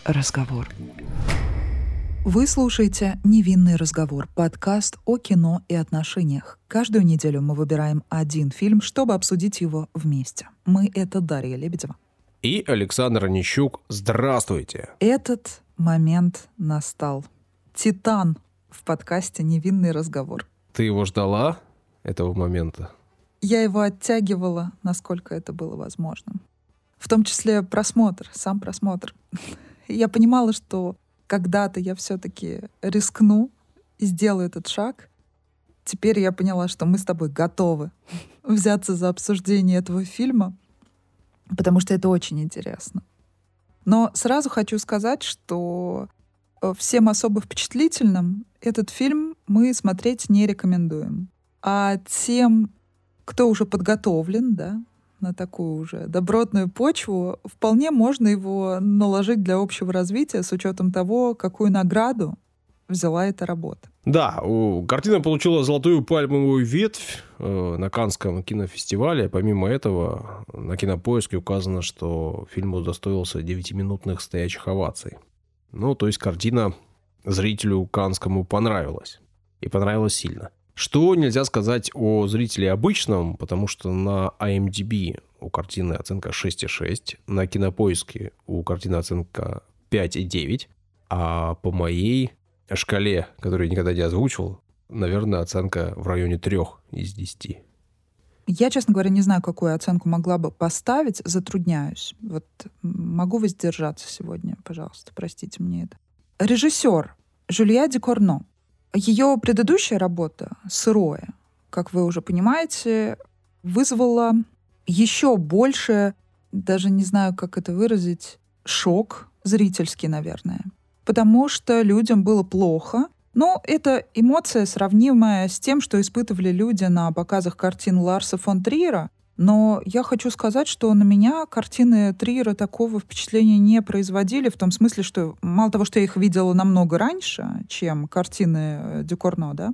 разговор. Вы слушаете «Невинный разговор» — подкаст о кино и отношениях. Каждую неделю мы выбираем один фильм, чтобы обсудить его вместе. Мы — это Дарья Лебедева. И Александр Онищук. Здравствуйте! Этот момент настал. Титан в подкасте «Невинный разговор». Ты его ждала, этого момента? Я его оттягивала, насколько это было возможным. В том числе просмотр, сам просмотр. Я понимала, что когда-то я все-таки рискну и сделаю этот шаг. Теперь я поняла, что мы с тобой готовы взяться за обсуждение этого фильма, потому что это очень интересно. Но сразу хочу сказать, что всем особо впечатлительным этот фильм мы смотреть не рекомендуем. А тем, кто уже подготовлен, да, на такую уже добротную почву, вполне можно его наложить для общего развития с учетом того, какую награду взяла эта работа. Да, картина получила золотую пальмовую ветвь на Каннском кинофестивале. Помимо этого, на Кинопоиске указано, что фильм удостоился 9-минутных стоячих оваций. Ну, то есть картина зрителю каннскому понравилась. И понравилась сильно. Что нельзя сказать о зрителе обычном, потому что на IMDb у картины оценка 6,6, на Кинопоиске у картины оценка 5,9, а по моей шкале, которую я никогда не озвучивал, наверное, оценка в районе 3 из 10. Я, честно говоря, не знаю, какую оценку могла бы поставить, затрудняюсь. Вот могу воздержаться сегодня, пожалуйста, простите мне это. Режиссер Жюлья Дюкорно. Ее предыдущая работа «Сырое», как вы уже понимаете, вызвала еще больше, даже не знаю, как это выразить, шок зрительский, наверное. Потому что людям было плохо. Но это эмоция, сравнимая с тем, что испытывали люди на показах картин Ларса фон Триера. Но я хочу сказать, что на меня картины Триера такого впечатления не производили, в том смысле, что мало того, что я их видела намного раньше, чем картины Дюкорно, да,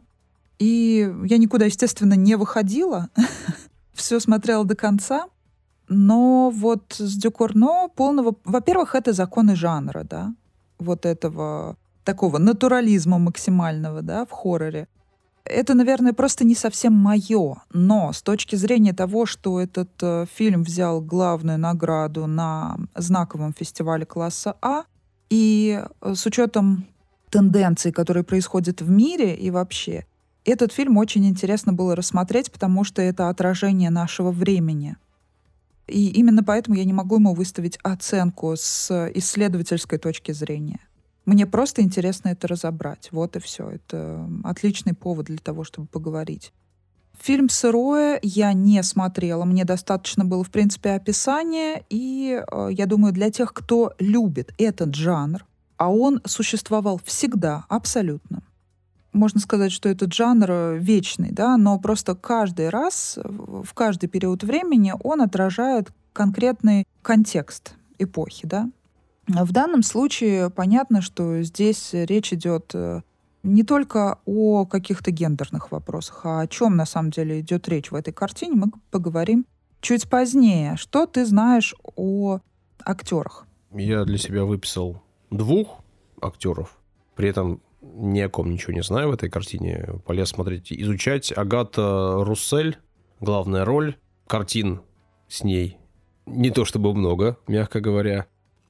и я никуда, естественно, не выходила, все смотрела до конца, но вот с Дюкорно полного... Во-первых, это законы жанра, да, вот этого такого натурализма максимального, да, в хорроре. Это, наверное, просто не совсем мое, но с точки зрения того, что этот фильм взял главную награду на знаковом фестивале класса А, и с учетом тенденций, которые происходят в мире и вообще, этот фильм очень интересно было рассмотреть, потому что это отражение нашего времени. И именно поэтому я не могу ему выставить оценку с исследовательской точки зрения. Мне просто интересно это разобрать. Вот и все. Это отличный повод для того, чтобы поговорить. Фильм «Сырое» я не смотрела. Мне достаточно было, в принципе, описания. И я думаю, для тех, кто любит этот жанр, а он существовал всегда, абсолютно. Можно сказать, что этот жанр вечный, да, но просто каждый раз, в каждый период времени он отражает конкретный контекст эпохи, да. В данном случае понятно, что здесь речь идет не только о каких-то гендерных вопросах, а о чем на самом деле идет речь в этой картине, мы поговорим чуть позднее. Что ты знаешь о актерах? Я для себя выписал 2 актеров, при этом ни о ком ничего не знаю в этой картине. Полез смотреть, изучать. Агата Руссель, главная роль, картин с ней не то чтобы много, мягко говоря.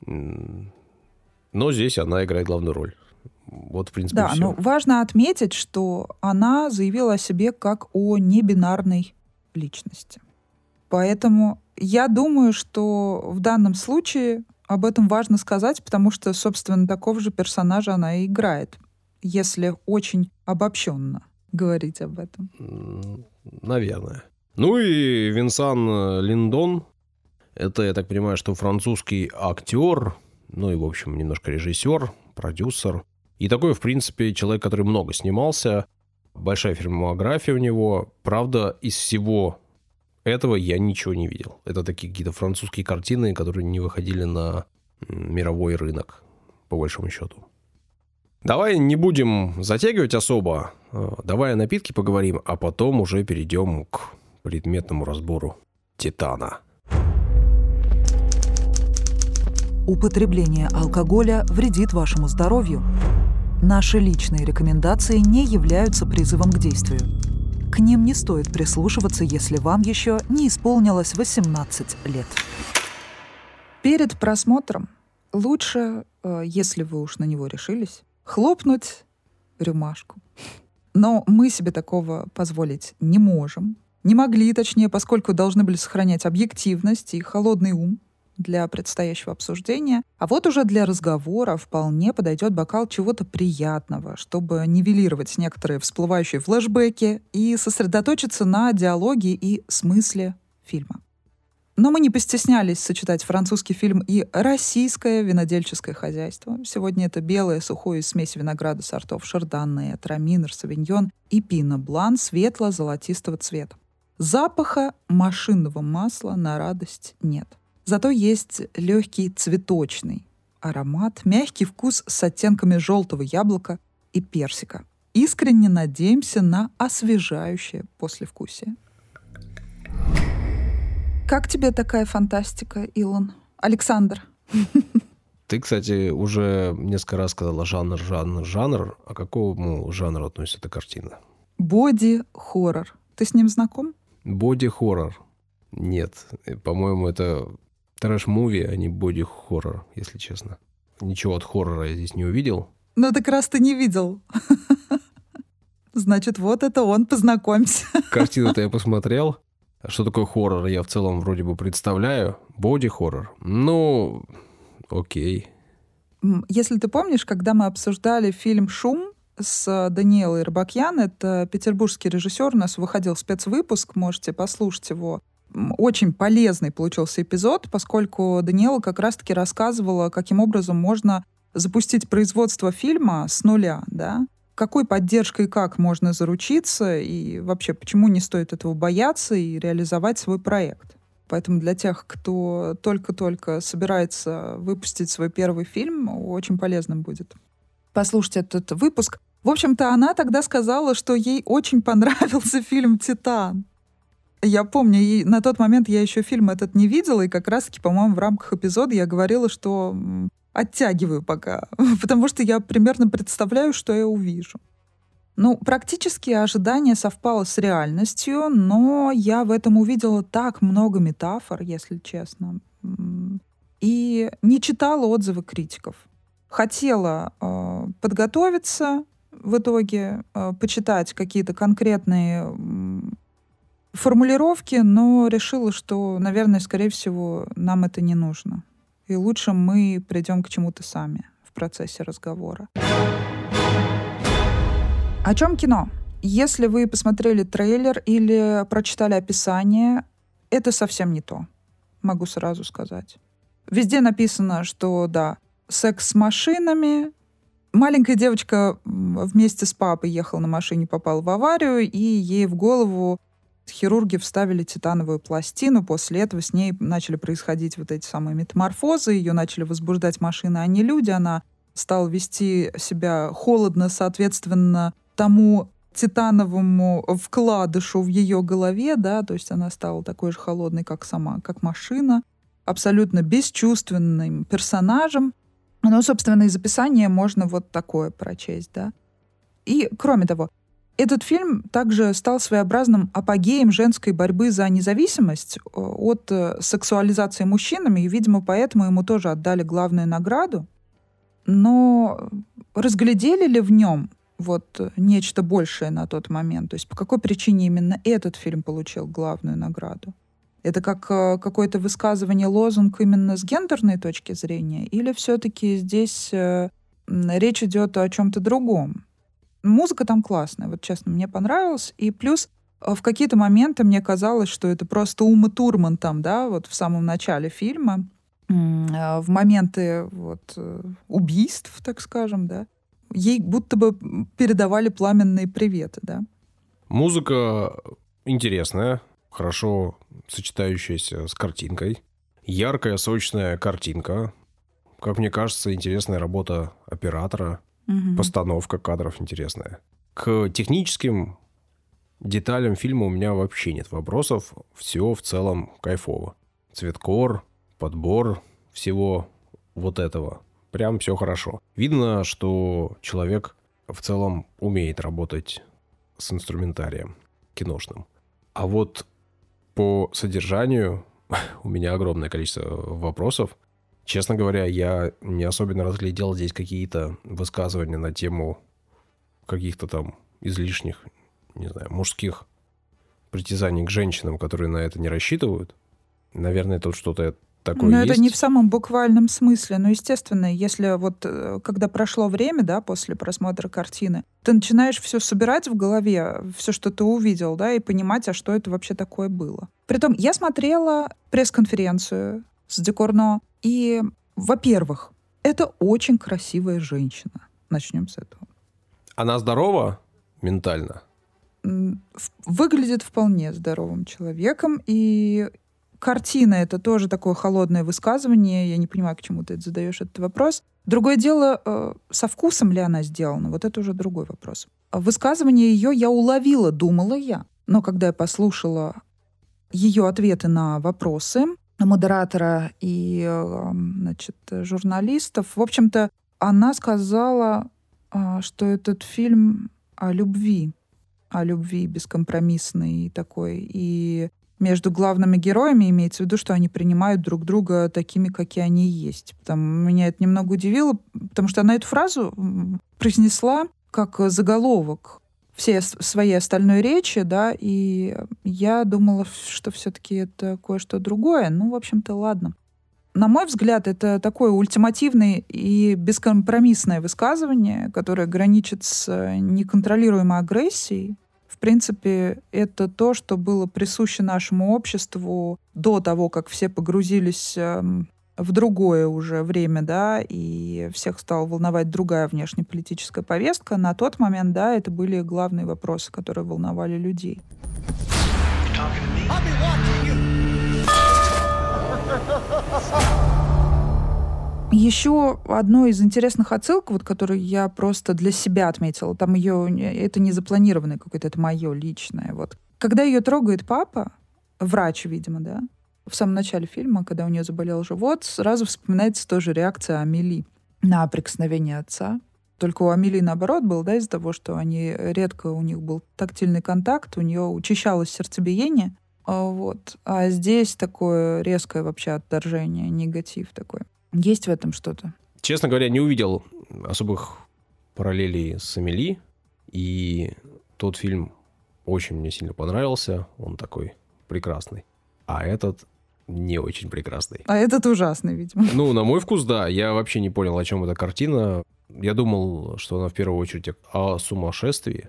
Но здесь она играет главную роль. Вот, в принципе, да, все. но важно отметить, что она заявила о себе как о небинарной личности. Поэтому я думаю, что в данном случае об этом важно сказать, потому что, собственно, такого же персонажа она и играет, если очень обобщенно говорить об этом. Наверное. Ну и Винсан Линдон. Это, я так понимаю, что французский актер, ну и, в общем, немножко режиссер, продюсер. И такой, в принципе, человек, который много снимался. Большая фильмография у него. Правда, из всего этого я ничего не видел. Это такие какие-то французские картины, которые не выходили на мировой рынок, по большому счету. Давай не будем затягивать особо. Давай о напитке поговорим, а потом уже перейдем к предметному разбору «Титана». Употребление алкоголя вредит вашему здоровью. Наши личные рекомендации не являются призывом к действию. К ним не стоит прислушиваться, если вам еще не исполнилось 18 лет. Перед просмотром лучше, если вы уж на него решились, хлопнуть рюмашку. Но мы себе такого позволить не можем. Не могли, точнее, поскольку должны были сохранять объективность и холодный ум для предстоящего обсуждения. А вот уже для разговора вполне подойдет бокал чего-то приятного, чтобы нивелировать некоторые всплывающие флешбеки и сосредоточиться на диалоге и смысле фильма. Но мы не постеснялись сочетать французский фильм и российское винодельческое хозяйство. Сегодня это белое сухое смесь винограда сортов шардонне, траминер, савиньон и пино блан светло-золотистого цвета. Запаха машинного масла на радость нет. Зато есть легкий цветочный аромат, мягкий вкус с оттенками желтого яблока и персика. Искренне надеемся на освежающее послевкусие. Как тебе такая фантастика, Илон? Александр? Ты, кстати, уже несколько раз сказала жанр. А к какому жанру относится эта картина? Боди-хоррор. Ты с ним знаком? Боди-хоррор. Нет. По-моему, это трэш-муви, а не боди-хоррор, если честно. Ничего от хоррора я здесь не увидел. Ну, так раз ты не видел. Значит, вот это он, познакомься. Картину-то я посмотрел. Что такое хоррор, я в целом вроде бы представляю. Боди-хоррор. Ну, окей. Если ты помнишь, когда мы обсуждали фильм «Шум» с Даниэлой Рыбакьян, это петербургский режиссер, у нас выходил спецвыпуск, можете послушать его. Очень полезный получился эпизод, поскольку Даниэла как раз-таки рассказывала, каким образом можно запустить производство фильма с нуля, да? Какой поддержкой и как можно заручиться, и вообще, почему не стоит этого бояться и реализовать свой проект. Поэтому для тех, кто только-только собирается выпустить свой первый фильм, очень полезным будет послушать этот выпуск. В общем-то, она тогда сказала, что ей очень понравился фильм «Титан». Я помню, и на тот момент я еще фильм этот не видела, и как раз-таки, по-моему, в рамках эпизода я говорила, что оттягиваю пока, потому что я примерно представляю, что я увижу. Ну, практически ожидание совпало с реальностью, но я в этом увидела так много метафор, если честно, и не читала отзывы критиков. Хотела подготовиться в итоге, почитать какие-то конкретные формулировки, но решила, что, наверное, скорее всего, нам это не нужно. И лучше мы придем к чему-то сами в процессе разговора. О чем кино? Если вы посмотрели трейлер или прочитали описание, это совсем не то. Могу сразу сказать. Везде написано, что, да, секс с машинами. Маленькая девочка вместе с папой ехала на машине, попала в аварию, и ей в голову хирурги вставили титановую пластину. После этого с ней начали происходить вот эти самые метаморфозы. Ее начали возбуждать машины, а не люди. Она стала вести себя холодно, соответственно, тому титановому вкладышу в ее голове, да, то есть она стала такой же холодной, как сама, как машина, абсолютно бесчувственным персонажем. Но, собственно, из описания можно вот такое прочесть, да. И, кроме того, этот фильм также стал своеобразным апогеем женской борьбы за независимость от сексуализации мужчинами, и, видимо, поэтому ему тоже отдали главную награду. Но разглядели ли в нем вот нечто большее на тот момент? То есть по какой причине именно этот фильм получил главную награду? Это как какое-то высказывание, лозунг именно с гендерной точки зрения? Или все-таки здесь речь идет о чем-то другом? Музыка там классная, вот честно, мне понравилось. И плюс в какие-то моменты мне казалось, что это просто Ума Турман там, да, вот в самом начале фильма, в моменты вот убийств, так скажем, да, ей будто бы передавали пламенные приветы, да. Музыка интересная, хорошо сочетающаяся с картинкой. Яркая, сочная картинка. Как мне кажется, интересная работа оператора. Постановка кадров интересная. К техническим деталям фильма у меня вообще нет вопросов. Все в целом кайфово. Цветкор, подбор всего вот этого. Прям все хорошо. Видно, что человек в целом умеет работать с инструментарием киношным. А вот по содержанию у меня огромное количество вопросов. Честно говоря, я не особенно разглядел здесь какие-то высказывания на тему каких-то там излишних, не знаю, мужских притязаний к женщинам, которые на это не рассчитывают. Наверное, тут что-то такое есть. Но это не в самом буквальном смысле. Но, естественно, если вот когда прошло время, да, после просмотра картины, ты начинаешь все собирать в голове, все, что ты увидел, да, и понимать, а что это вообще такое было. Притом, я смотрела пресс-конференцию с Дюкорно, и, во-первых, это очень красивая женщина. Начнем с этого. Она здорова ментально? Выглядит вполне здоровым человеком, и картина — это тоже такое холодное высказывание. Я не понимаю, к чему ты задаешь этот вопрос. Другое дело, со вкусом ли она сделана, вот это уже другой вопрос. Высказывание ее я уловила, думала я. Но когда я послушала ее ответы на вопросы модератора и, значит, журналистов, в общем-то, она сказала, что этот фильм о любви бескомпромиссной такой. И между главными героями имеется в виду, что они принимают друг друга такими, какие они есть. Меня это немного удивило, потому что она эту фразу произнесла как заголовок всей своей остальной речи, да, и я думала, что все-таки это кое-что другое. Ну, в общем-то, ладно. На мой взгляд, это такое ультимативное и бескомпромиссное высказывание, которое граничит с неконтролируемой агрессией. В принципе, это то, что было присуще нашему обществу до того, как все погрузились в другое уже время, да, и всех стала волновать другая внешнеполитическая повестка. На тот момент, да, это были главные вопросы, которые волновали людей. Еще одно из интересных отсылок, вот, которую я просто для себя отметила, там это не запланированное какое-то, это мое личное. Вот. Когда ее трогает папа, врач, видимо, да, в самом начале фильма, когда у нее заболел живот, сразу вспоминается тоже реакция Амели на прикосновение отца. Только у Амели наоборот был, да, из-за того, что редко у них был тактильный контакт, у нее учащалось сердцебиение, вот. А здесь такое резкое вообще отторжение, негатив такой. Есть в этом что-то? Честно говоря, не увидел особых параллелей с Амели, и тот фильм очень мне сильно понравился, он такой прекрасный. А этот не очень прекрасный. А этот ужасный, видимо. Ну, на мой вкус, да. Я вообще не понял, о чем эта картина. Я думал, что она в первую очередь о сумасшествии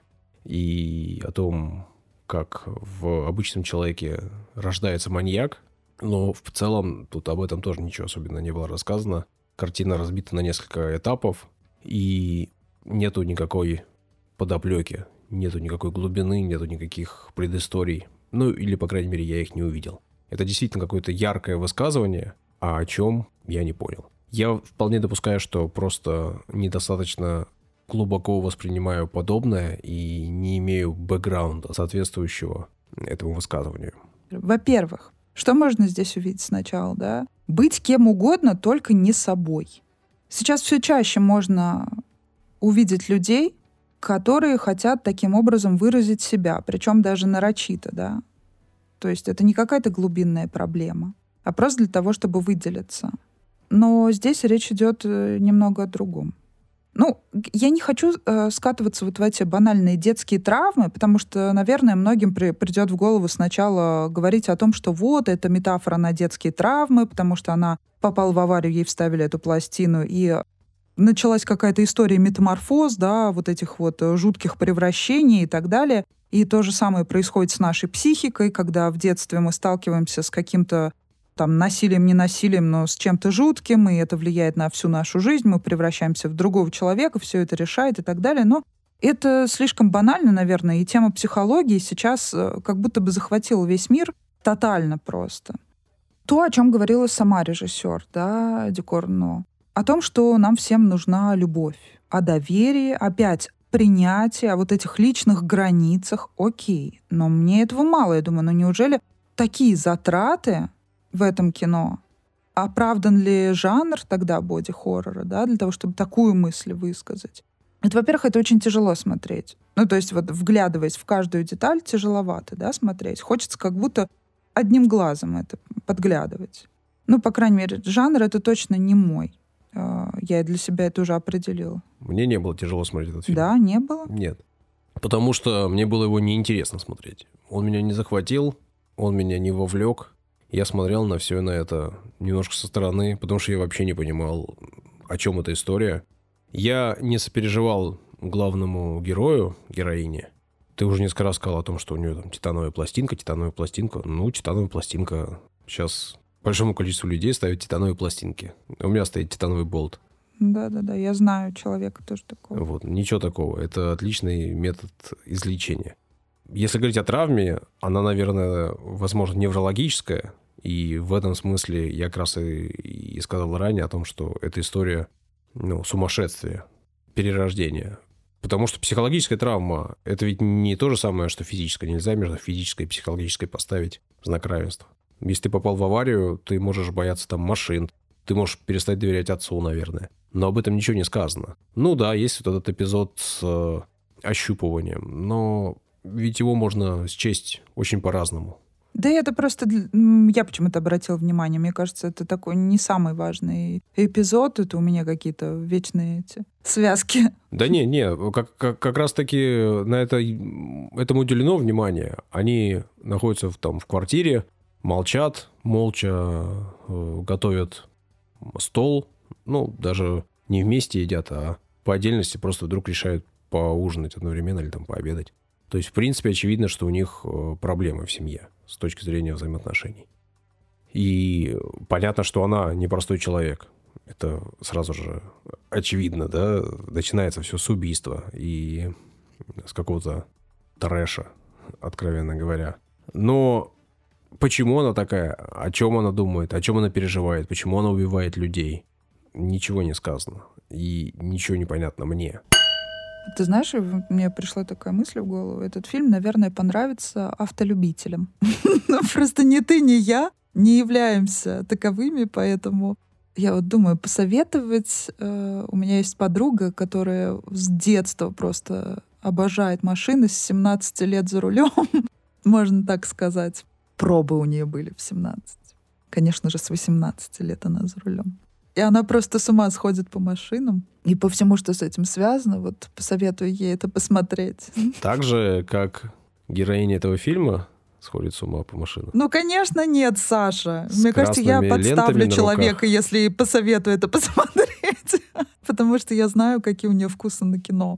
и о том, как в обычном человеке рождается маньяк. Но в целом тут об этом тоже ничего особенно не было рассказано. Картина разбита на несколько этапов, и нету никакой подоплеки, нету никакой глубины, нету никаких предысторий. Ну, или, по крайней мере, я их не увидел. Это действительно какое-то яркое высказывание, а о чем я не понял. Я вполне допускаю, что просто недостаточно глубоко воспринимаю подобное и не имею бэкграунда, соответствующего этому высказыванию. Во-первых, что можно здесь увидеть сначала, да? Быть кем угодно, только не собой. Сейчас все чаще можно увидеть людей, которые хотят таким образом выразить себя, причем даже нарочито, да? То есть это не какая-то глубинная проблема, а просто для того, чтобы выделиться. Но здесь речь идет немного о другом. Ну, я не хочу скатываться вот в эти банальные детские травмы, потому что, наверное, многим придет в голову сначала говорить о том, что вот, это метафора на детские травмы, потому что она попала в аварию, ей вставили эту пластину, и началась какая-то история метаморфоз, да, вот этих вот жутких превращений и так далее. И то же самое происходит с нашей психикой, когда в детстве мы сталкиваемся с каким-то там насилием, не насилием, но с чем-то жутким, и это влияет на всю нашу жизнь, мы превращаемся в другого человека, все это решает и так далее. Но это слишком банально, наверное, и тема психологии сейчас как будто бы захватила весь мир тотально просто. То, о чем говорила сама режиссер, да, Дюкорно, о том, что нам всем нужна любовь, о доверии, опять принятии, о вот этих личных границах, окей. Но мне этого мало, я думаю, ну неужели такие затраты в этом кино оправдан ли жанр тогда боди-хоррора, да, для того, чтобы такую мысль высказать. Это, во-первых, это очень тяжело смотреть. Ну, то есть вот вглядываясь в каждую деталь, тяжеловато, да, смотреть. Хочется как будто одним глазом это подглядывать. Ну, по крайней мере, жанр это точно не мой. Я для себя это уже определила. Мне не было тяжело смотреть этот фильм. Да, не было? Нет. Потому что мне было его неинтересно смотреть. Он меня не захватил, он меня не вовлек. Я смотрел на все на это немножко со стороны, потому что я вообще не понимал, о чем эта история. Я не сопереживал главному герою, героине. Ты уже несколько раз сказал о том, что у нее там титановая пластинка. Ну, титановая пластинка. Сейчас большому количеству людей ставят титановые пластинки. У меня стоит титановый болт. Да, я знаю человека тоже такого. Вот, ничего такого. Это отличный метод излечения. Если говорить о травме, она, наверное, возможно, неврологическая. И в этом смысле я как раз и сказал ранее о том, что эта история сумасшествия, перерождения. Потому что психологическая травма – это ведь не то же самое, что физическая. Нельзя между физической и психологической поставить знак равенства. Если ты попал в аварию, ты можешь бояться там машин, ты можешь перестать доверять отцу, наверное. Но об этом ничего не сказано. Ну да, есть вот этот эпизод с ощупыванием, но ведь его можно счесть очень по-разному. Да это просто... Я почему-то обратила внимание. Мне кажется, это такой не самый важный эпизод. Это у меня какие-то вечные эти связки. Да не, как раз-таки на этому уделено внимание. Они находятся в квартире, молчат, молча готовят стол. Ну, даже не вместе едят, а по отдельности просто вдруг решают поужинать одновременно или там пообедать. То есть, в принципе, очевидно, что у них проблемы в семье с точки зрения взаимоотношений. И понятно, что она непростой человек. Это сразу же очевидно, да? Начинается все с убийства и с какого-то трэша, откровенно говоря. Но почему она такая? О чем она думает? О чем она переживает? Почему она убивает людей? Ничего не сказано. И ничего не понятно мне. Ты знаешь, мне пришла такая мысль в голову. Этот фильм, наверное, понравится автолюбителям. Просто ни ты, ни я не являемся таковыми, поэтому я вот думаю, посоветовать... У меня есть подруга, которая с детства просто обожает машины, с 17 лет за рулем, можно так сказать. Пробы у нее были в 17. Конечно же, с 18 лет она за рулем. И она просто с ума сходит по машинам. И по всему, что с этим связано, вот посоветую ей это посмотреть. Так же, как героиня этого фильма сходит с ума по машинам? Ну, конечно, нет, Саша. Мне кажется, я подставлю человека, если посоветую это посмотреть. Потому что я знаю, какие у нее вкусы на кино.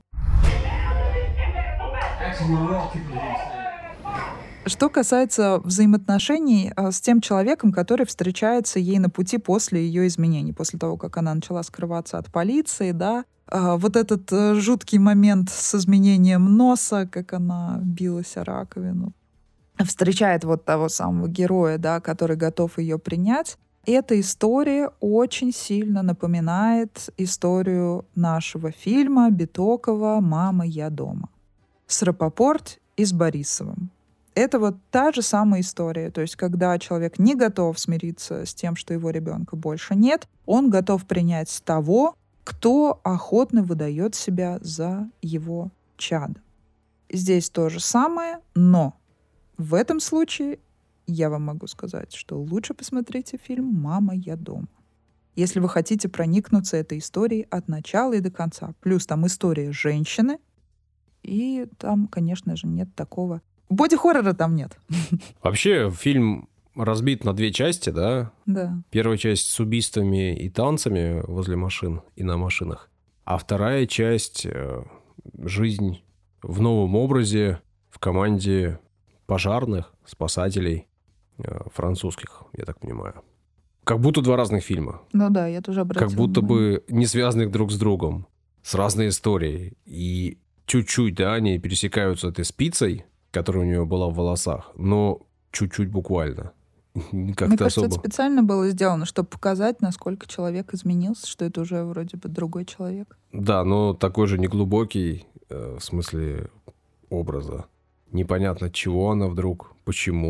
Что касается взаимоотношений с тем человеком, который встречается ей на пути после ее изменений, после того, как она начала скрываться от полиции, да, вот этот жуткий момент с изменением носа, как она билась о раковину, встречает вот того самого героя, да, который готов ее принять. Эта история очень сильно напоминает историю нашего фильма Битокова «Мама, я дома» с Рапопорт и с Борисовым. Это вот та же самая история. То есть, когда человек не готов смириться с тем, что его ребенка больше нет, он готов принять того, кто охотно выдает себя за его чадо. Здесь то же самое, но в этом случае я вам могу сказать, что лучше посмотрите фильм «Мама, я дома», если вы хотите проникнуться этой историей от начала и до конца. Плюс там история женщины, и там, конечно же, нет такого... Боди-хоррора там нет. Вообще, фильм разбит на две части, да? Да. Первая часть с убийствами и танцами возле машин и на машинах. А вторая часть — жизнь в новом образе, в команде пожарных, спасателей французских, я так понимаю. Как будто два разных фильма. Ну да, я тоже обратила как будто внимание. бы не связанных друг с другом, с разной историей. И чуть-чуть, да, они пересекаются этой спицей, которая у нее была в волосах, но чуть-чуть буквально. Как-то Мне кажется, особо. это специально было сделано, чтобы показать, насколько человек изменился, что это уже вроде бы другой человек. Да, но такой же неглубокий, в смысле образа. Непонятно, чего она вдруг, почему,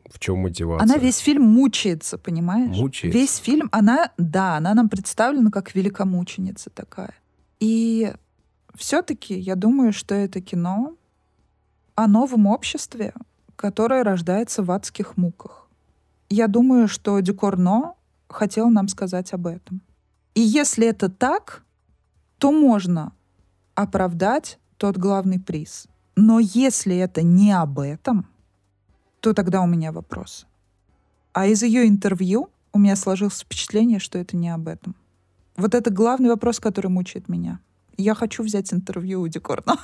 В чем мотивация? Она весь фильм мучается, понимаешь? Мучается. Весь фильм, она нам представлена как великомученица такая. И все-таки я думаю, что это кино о новом обществе, которое рождается в адских муках. Я думаю, что Дюкорно хотел нам сказать об этом. И если это так, то можно оправдать тот главный приз. Но если это не об этом, то тогда у меня вопрос. А из ее интервью у меня сложилось впечатление, что это не об этом. Вот это главный вопрос, который мучает меня. Я хочу взять интервью у Дюкорно.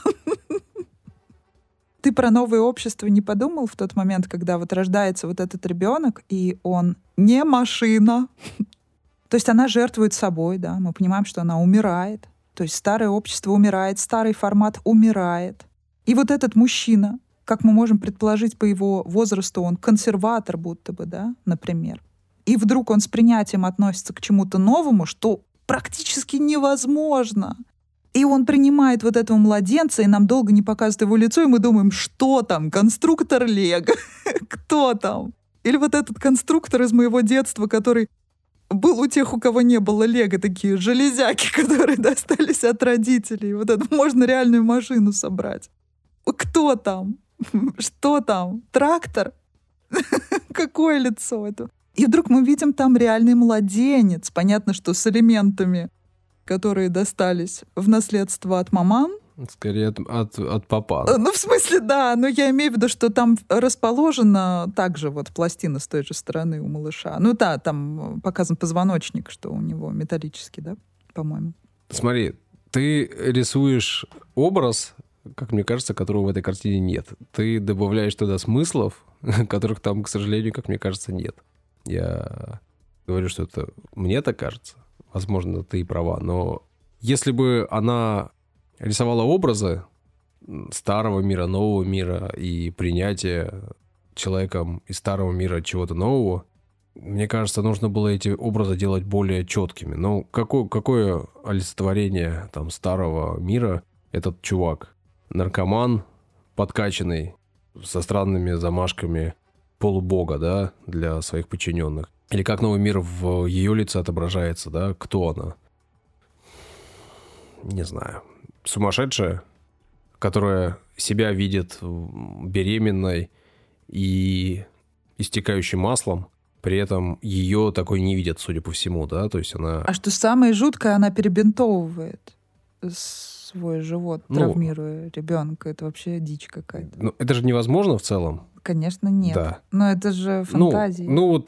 Ты про новое общество не подумал в тот момент, когда вот рождается вот этот ребенок, и он не машина? То есть она жертвует собой, да, мы понимаем, что она умирает. То есть старое общество умирает, старый формат умирает. И вот этот мужчина, как мы можем предположить по его возрасту, он консерватор будто бы, да, например. И вдруг он с принятием относится к чему-то новому, что практически невозможно. И он принимает вот этого младенца, и нам долго не показывают его лицо, и мы думаем, что там, конструктор Лего? Кто там? Или вот этот конструктор из моего детства, который был у тех, у кого не было Лего, такие железяки, которые достались от родителей. Вот это можно реальную машину собрать. Кто там? Что там? Трактор? Какое лицо это? И вдруг мы видим там реальный младенец. Понятно, что с элементами, которые достались в наследство от маман. Скорее от папа. Ну, в смысле, да. Но я имею в виду, что там расположена также вот пластина с той же стороны у малыша. Ну да, там показан позвоночник, что у него металлический, да, по-моему. Смотри, ты рисуешь образ, как мне кажется, которого в этой картине нет. Ты добавляешь туда смыслов, которых там, к сожалению, как мне кажется, нет. Я говорю, что это мне так кажется. Возможно, ты и права. Но если бы она рисовала образы старого мира, нового мира и принятие человеком из старого мира чего-то нового, мне кажется, нужно было эти образы делать более четкими. Но какое олицетворение там старого мира этот чувак? Наркоман, подкачанный, со странными замашками полубога, да, для своих подчиненных. Или как новый мир в ее лице отображается, да, кто она? Не знаю. Сумасшедшая, которая себя видит беременной и истекающей маслом, при этом ее такой не видят, судя по всему, да, то есть она... А что самое жуткое, она перебинтовывает свой живот, травмируя ребенка. Это вообще дичь какая-то. Ну, это же невозможно в целом. Конечно, нет. Да. Но это же фантазия. Вот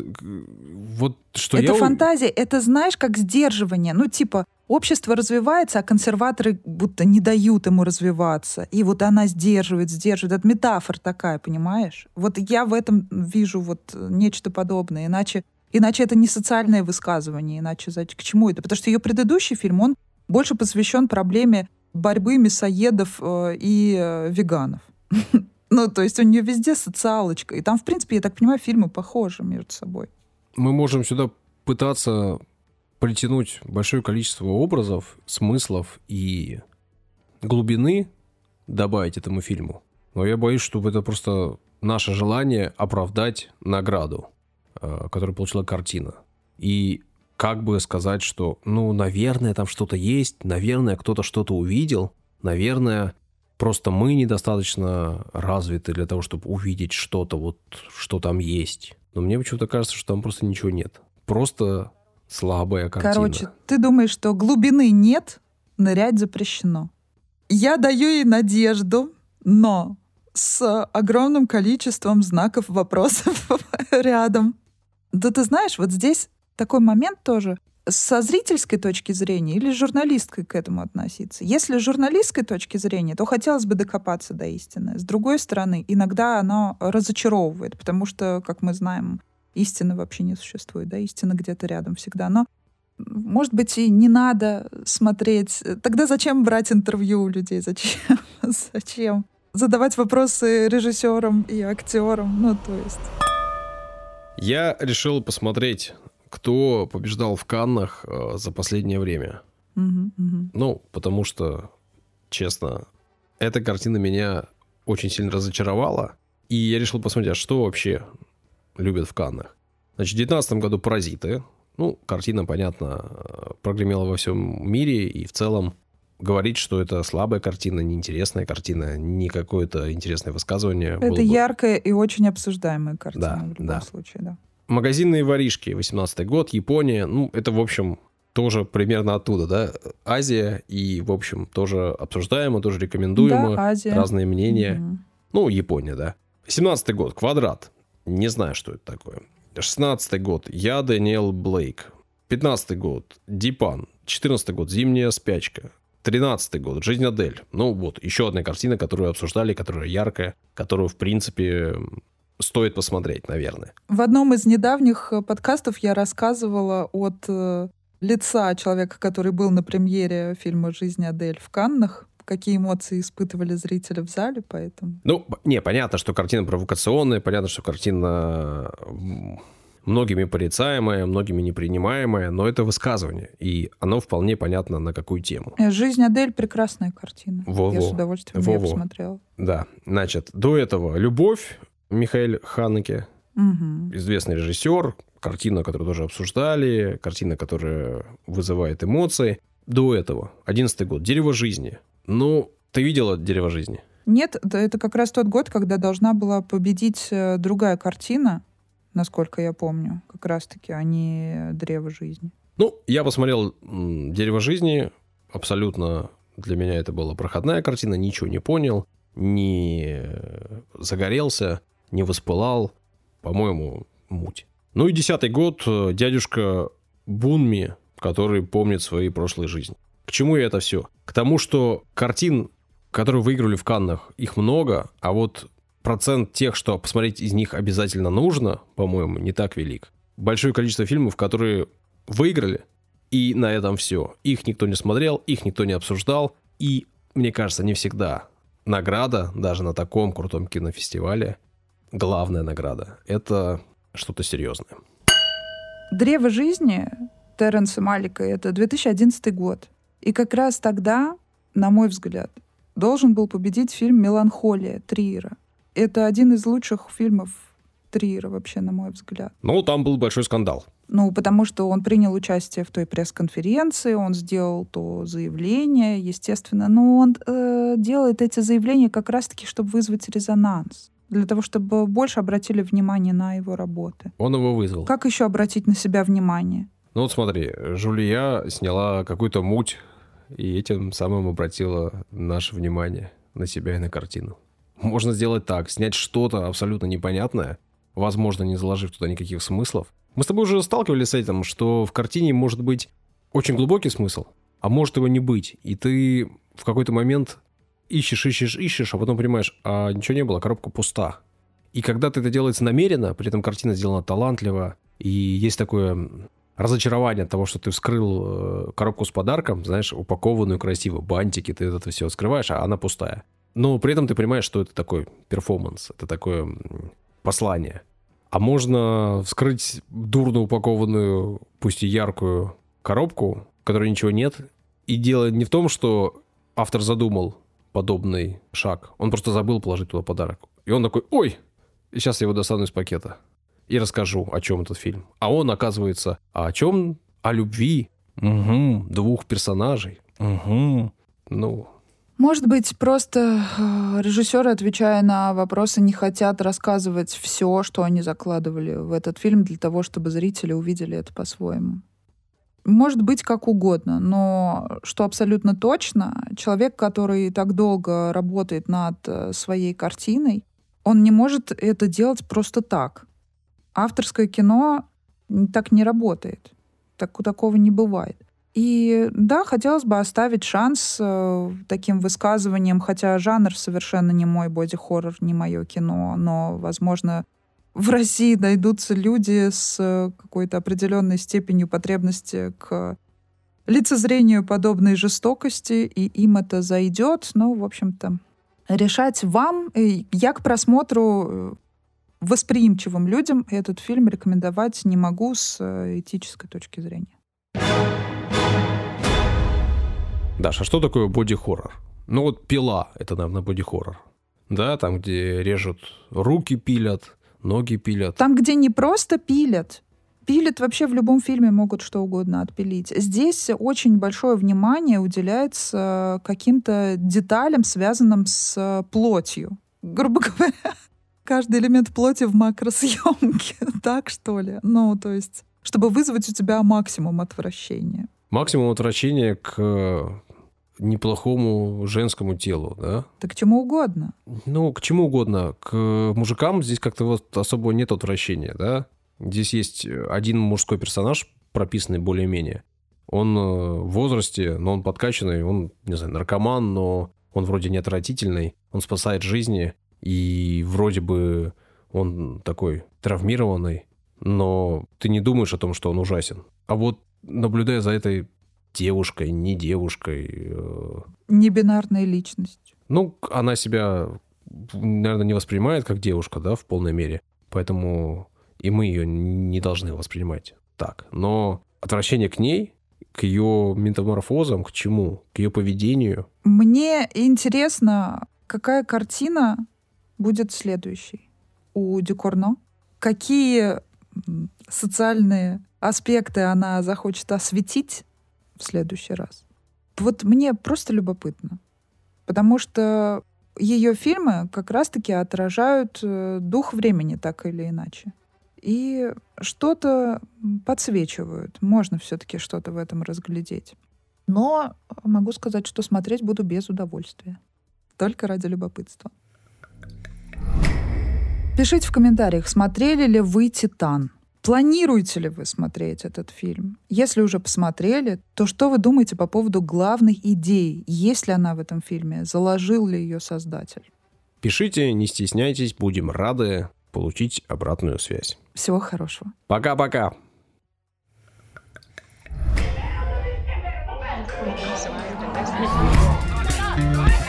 что это фантазия, это, знаешь, как сдерживание. Ну, типа, общество развивается, а консерваторы будто не дают ему развиваться. И вот она сдерживает. Это метафора такая, понимаешь? Вот я в этом вижу вот нечто подобное. Иначе это не социальное высказывание. Иначе к чему это? Потому что ее предыдущий фильм, он больше посвящен проблеме борьбы мясоедов и веганов. Ну, то есть у нее везде социалочка. И там, в принципе, я так понимаю, фильмы похожи между собой. Мы можем сюда пытаться притянуть большое количество образов, смыслов и глубины добавить этому фильму. Но я боюсь, что это просто наше желание оправдать награду, которую получила картина. И как бы сказать, что, наверное, там что-то есть, наверное, кто-то что-то увидел, наверное, просто мы недостаточно развиты для того, чтобы увидеть что-то, вот, что там есть. Но мне почему-то кажется, что там просто ничего нет. Просто слабая картина. Короче, ты думаешь, что глубины нет, нырять запрещено. Я даю ей надежду, но с огромным количеством знаков вопросов рядом. Да ты знаешь, вот здесь такой момент тоже. Со зрительской точки зрения или журналисткой к этому относиться? Если с журналистской точки зрения, то хотелось бы докопаться до истины. С другой стороны, иногда оно разочаровывает, потому что, как мы знаем, истины вообще не существует, да, истина где-то рядом всегда. Но, может быть, и не надо смотреть. Тогда зачем брать интервью у людей? Зачем? Зачем? Задавать вопросы режиссерам и актерам? Ну, то есть... Я решил посмотреть, кто побеждал в Каннах за последнее время. Ну, потому что, честно, эта картина меня очень сильно разочаровала. И я решил посмотреть, а что вообще любят в Каннах. Значит, в 2019 году «Паразиты». Ну, картина, понятно, прогремела во всем мире, и в целом говорить, что это слабая картина, неинтересная картина, не какое-то интересное высказывание. Это яркая и очень обсуждаемая картина, да, в любом случае, да. «Магазинные воришки», 18 год, Япония. Ну, это, в общем, тоже примерно оттуда, да? Азия, и, в общем, тоже обсуждаемо, тоже рекомендуемо. Да, Азия. Разные мнения. Ну, Япония, да. 17 год, «Квадрат». Не знаю, что это такое. 16 год, «Я, Дэниел Блейк». 15 год, «Дипан». 14 год, «Зимняя спячка». 13 год, «Жизнь Адель». Ну, вот, еще одна картина, которую обсуждали, которая яркая, которую, в принципе, стоит посмотреть, наверное. В одном из недавних подкастов я рассказывала от лица человека, который был на премьере фильма «Жизнь Адель» в Каннах, какие эмоции испытывали зрители в зале, поэтому... Ну, не, понятно, что картина провокационная, понятно, что картина многими порицаемая, многими непринимаемая, но это высказывание, и оно вполне понятно, на какую тему. «Жизнь Адель» — прекрасная картина. Во-во. Я с удовольствием ее посмотрела. Да, значит, до этого «Любовь» Михаэль Ханеке, известный режиссер, картина, которую тоже обсуждали, картина, которая вызывает эмоции. До этого, 11 год, «Дерево жизни». Ну, ты видела «Дерево жизни»? Нет, это как раз тот год, когда должна была победить другая картина, насколько я помню, как раз-таки, а не «Древо жизни». Ну, я посмотрел «Дерево жизни», абсолютно для меня это была проходная картина, ничего не понял, не загорелся, не воспылал, по-моему, муть. Ну и 10-й год, дядюшка Бунми, который помнит свои прошлые жизни. К чему я это все? К тому, что картин, которые выиграли в Каннах, их много, а вот процент тех, что посмотреть из них обязательно нужно, по-моему, не так велик. Большое количество фильмов, которые выиграли, и на этом все. Их никто не смотрел, их никто не обсуждал, и, мне кажется, не всегда награда, даже на таком крутом кинофестивале, главная награда, это что-то серьезное. «Древо жизни» Терренса Малика — это 2011 год. И как раз тогда, на мой взгляд, должен был победить фильм «Меланхолия» Триера. Это один из лучших фильмов Триера вообще, на мой взгляд. Ну, там был большой скандал. Ну, потому что он принял участие в той пресс-конференции, он сделал то заявление, естественно. Но он делает эти заявления как раз-таки, чтобы вызвать резонанс. Для того, чтобы больше обратили внимание на его работы. Он его вызвал. Как еще обратить на себя внимание? Ну вот смотри, Жулия сняла какую-то муть, и этим самым обратила наше внимание на себя и на картину. Можно сделать так, снять что-то абсолютно непонятное, возможно, не заложив туда никаких смыслов. Мы с тобой уже сталкивались с этим, что в картине может быть очень глубокий смысл, а может его не быть. И ты в какой-то момент ищешь, а потом понимаешь, а ничего не было, коробка пуста. И когда это делается намеренно, при этом картина сделана талантливо, и есть такое разочарование от того, что ты вскрыл коробку с подарком, знаешь, упакованную красиво, бантики, ты это все открываешь, а она пустая. Но при этом ты понимаешь, что это такой перформанс, это такое послание. А можно вскрыть дурно упакованную, пусть и яркую коробку, в которой ничего нет, и дело не в том, что автор задумал подобный шаг, он просто забыл положить туда подарок. И он такой: ой, и сейчас я его достану из пакета и расскажу, о чем этот фильм. А он, оказывается, о чем? О любви. Угу. Двух персонажей. Угу. Ну... Может быть, просто режиссеры, отвечая на вопросы, не хотят рассказывать все, что они закладывали в этот фильм, для того, чтобы зрители увидели это по-своему. Может быть, как угодно, но что абсолютно точно, человек, который так долго работает над своей картиной, он не может это делать просто так. Авторское кино так не работает. Такого не бывает. И да, хотелось бы оставить шанс таким высказываниям, хотя жанр совершенно не мой, боди-хоррор не мое кино, но, возможно, в России найдутся люди с какой-то определенной степенью потребности к лицезрению подобной жестокости, и им это зайдет. Ну, в общем-то, решать вам. Я к просмотру восприимчивым людям этот фильм рекомендовать не могу с этической точки зрения. Даша, а что такое боди-хоррор? Ну вот «Пила» — это, наверное, боди-хоррор. Да, там, где режут, руки пилят, ноги пилят. Там, где не просто пилят. Пилят вообще в любом фильме могут что угодно отпилить. Здесь очень большое внимание уделяется каким-то деталям, связанным с плотью. Грубо говоря, каждый элемент плоти в макросъемке. Так, что ли? Ну, то есть, чтобы вызвать у тебя максимум отвращения. Максимум отвращения к неплохому женскому телу, да? Да к чему угодно. Ну, к чему угодно. К мужикам здесь как-то вот особо нет отвращения, да? Здесь есть один мужской персонаж, прописанный более-менее. Он в возрасте, но он подкачанный, он, не знаю, наркоман, но он вроде не отвратительный, он спасает жизни, и вроде бы он такой травмированный, но ты не думаешь о том, что он ужасен. А вот наблюдая за этой девушкой, не девушкой... Небинарная личность. Ну, она себя, наверное, не воспринимает как девушка, да, в полной мере. Поэтому и мы ее не должны воспринимать так. Но отвращение к ней, к ее метаморфозам, к чему? К ее поведению. Мне интересно, какая картина будет следующей у Дюкорно? Какие социальные аспекты она захочет осветить в следующий раз? Вот мне просто любопытно. Потому что ее фильмы как раз-таки отражают дух времени так или иначе. И что-то подсвечивают. Можно все-таки что-то в этом разглядеть. Но могу сказать, что смотреть буду без удовольствия. Только ради любопытства. Пишите в комментариях, смотрели ли вы «Титан». Планируете ли вы смотреть этот фильм? Если уже посмотрели, то что вы думаете по поводу главной идеи? Есть ли она в этом фильме? Заложил ли ее создатель? Пишите, не стесняйтесь, будем рады получить обратную связь. Всего хорошего. Пока-пока. Thank you.